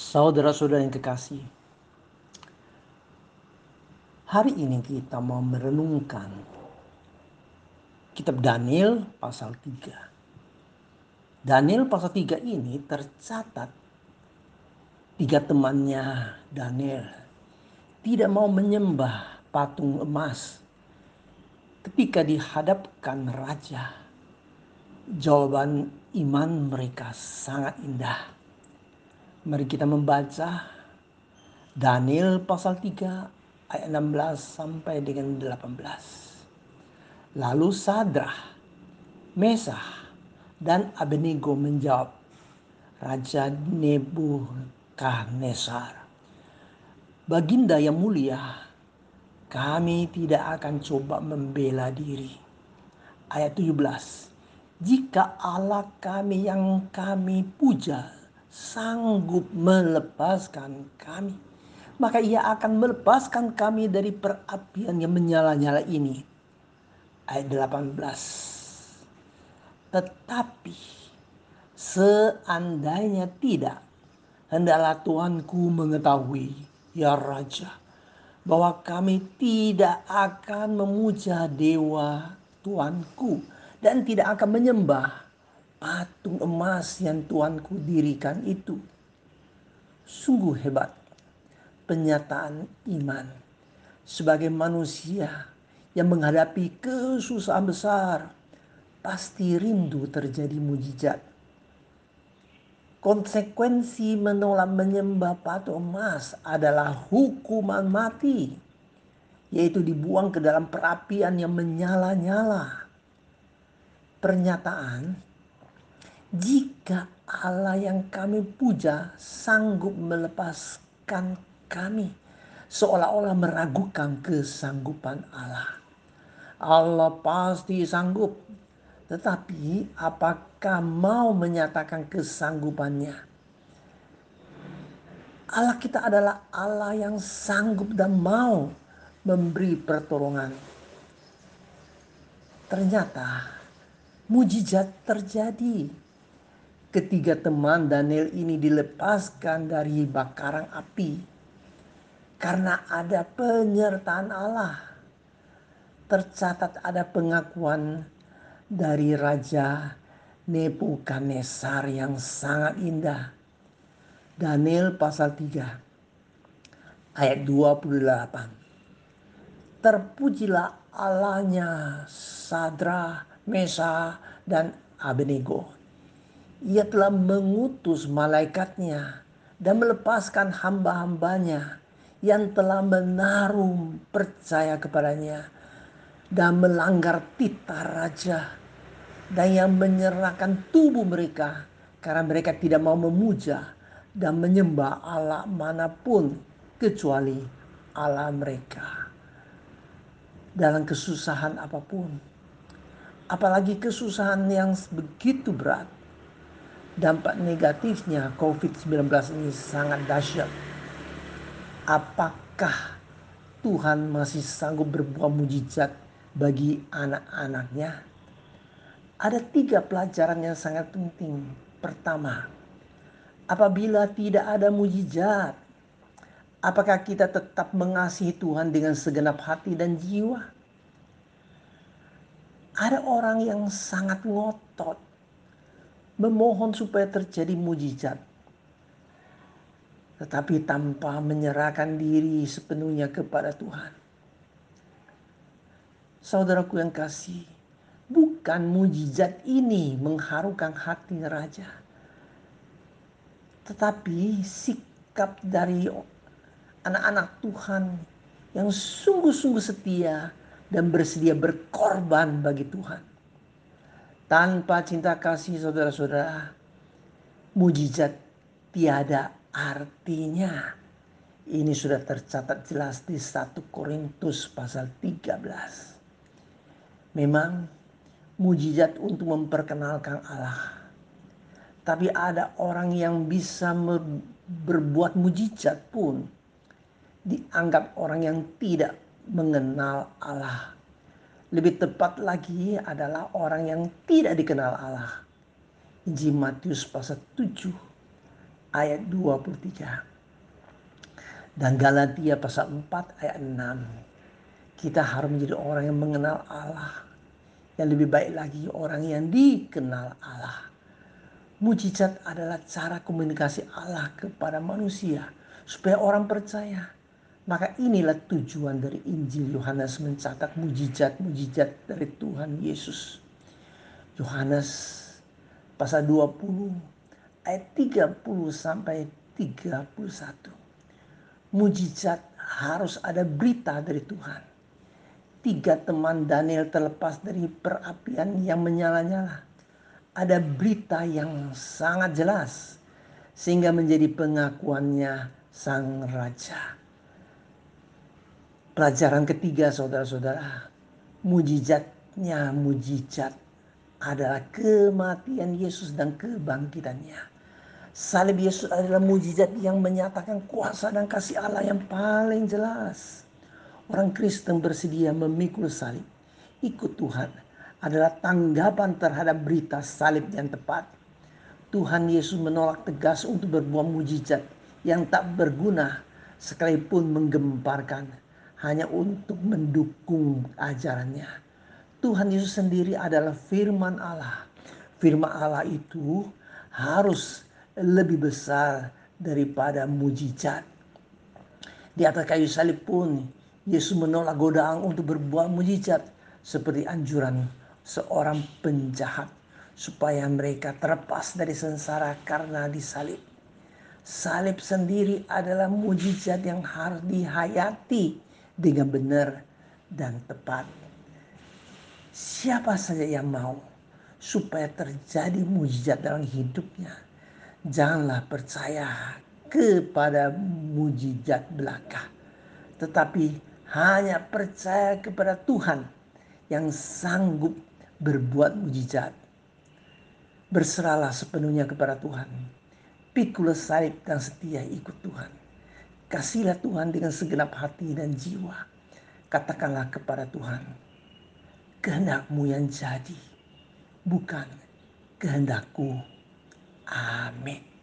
Saudara-saudara yang kekasih, hari ini kita mau merenungkan kitab Daniel pasal 3. Daniel pasal 3 ini tercatat tiga temannya Daniel tidak mau menyembah patung emas ketika dihadapkan raja. Jawaban iman mereka sangat indah. Mari kita membaca Daniel pasal 3 ayat 16 sampai dengan 18. Lalu Sadrah, Mesah, dan Abednego menjawab, Raja Nebukadnezar, Baginda yang mulia, kami tidak akan coba membela diri. Ayat 17. Jika Allah kami yang kami puja sanggup melepaskan kami, maka ia akan melepaskan kami dari perapian yang menyala-nyala ini. Ayat 18. Tetapi seandainya tidak, hendaklah Tuanku mengetahui, ya Raja, bahwa kami tidak akan memuja dewa Tuanku dan tidak akan menyembah patung emas yang Tuanku dirikan itu. Sungguh hebat penyataan iman sebagai manusia yang menghadapi kesusahan besar. Pasti rindu terjadi mujizat. Konsekuensi menolak menyembah patung emas adalah hukuman mati, yaitu dibuang ke dalam perapian yang menyala-nyala. Pernyataan, jika Allah yang kami puja sanggup melepaskan kami, seolah-olah meragukan kesanggupan Allah. Allah pasti sanggup. Tetapi apakah mau menyatakan kesanggupannya? Allah kita adalah Allah yang sanggup dan mau memberi pertolongan. Ternyata mujizat terjadi. Ketiga teman Daniel ini dilepaskan dari bakaran api karena ada penyertaan Allah. Tercatat ada pengakuan dari Raja Nebukadnezar yang sangat indah. Daniel pasal 3 ayat 28. Terpujilah Allahnya Sadrah, Mesah, dan Abednego. Ia telah mengutus malaikatnya dan melepaskan hamba-hambanya yang telah menaruh percaya kepadanya dan melanggar titah raja, dan yang menyerahkan tubuh mereka karena mereka tidak mau memuja dan menyembah Allah manapun kecuali Allah mereka. Dalam kesusahan apapun, apalagi kesusahan yang begitu berat, dampak negatifnya COVID-19 ini sangat dahsyat. Apakah Tuhan masih sanggup berbuat mujizat bagi anak-anaknya? Ada 3 pelajaran yang sangat penting. Pertama, apabila tidak ada mujizat, apakah kita tetap mengasihi Tuhan dengan segenap hati dan jiwa? Ada orang yang sangat ngotot memohon supaya terjadi mujizat, tetapi tanpa menyerahkan diri sepenuhnya kepada Tuhan. Saudaraku yang kasih, bukan mujizat ini mengharukan hati raja, tetapi sikap dari anak-anak Tuhan yang sungguh-sungguh setia dan bersedia berkorban bagi Tuhan. Tanpa cinta kasih saudara-saudara, mujizat tiada artinya. Ini sudah tercatat jelas di 1 Korintus pasal 13. Memang mujizat untuk memperkenalkan Allah. Tapi ada orang yang bisa berbuat mujizat pun dianggap orang yang tidak mengenal Allah. Lebih tepat lagi adalah orang yang tidak dikenal Allah. Injil Matius pasal 7 ayat 23. Dan Galatia pasal 4 ayat 6. Kita harus menjadi orang yang mengenal Allah. Yang lebih baik lagi orang yang dikenal Allah. Mujizat adalah cara komunikasi Allah kepada manusia supaya orang percaya. Maka inilah tujuan dari Injil Yohanes mencatat mujizat-mujizat dari Tuhan Yesus. Yohanes pasal 20 ayat 30 sampai 31. Mujizat harus ada berita dari Tuhan. 3 teman Daniel terlepas dari perapian yang menyala-nyala. Ada berita yang sangat jelas sehingga menjadi pengakuannya sang raja. Pelajaran ketiga, saudara-saudara, mujizat adalah kematian Yesus dan kebangkitannya. Salib Yesus adalah mujizat yang menyatakan kuasa dan kasih Allah yang paling jelas. Orang Kristen bersedia memikul salib, ikut Tuhan, adalah tanggapan terhadap berita salib yang tepat. Tuhan Yesus menolak tegas untuk berbuat mujizat yang tak berguna sekalipun menggemparkan, hanya untuk mendukung ajarannya. Tuhan Yesus sendiri adalah firman Allah. Firman Allah itu harus lebih besar daripada mujizat. Di atas kayu salib pun Yesus menolak godaan untuk berbuat mujizat seperti anjuran seorang penjahat supaya mereka terlepas dari sengsara karena disalib. Salib sendiri adalah mujizat yang harus dihayati dengan benar dan tepat. Siapa saja yang mau supaya terjadi mujizat dalam hidupnya, janganlah percaya kepada mujizat belaka, tetapi hanya percaya kepada Tuhan yang sanggup berbuat mujizat. Berserahlah sepenuhnya kepada Tuhan. Pikul salib dan setia ikut Tuhan. Kasihlah Tuhan dengan segenap hati dan jiwa. Katakanlah kepada Tuhan, kehendak-Mu yang jadi, bukan kehendakku. Amin.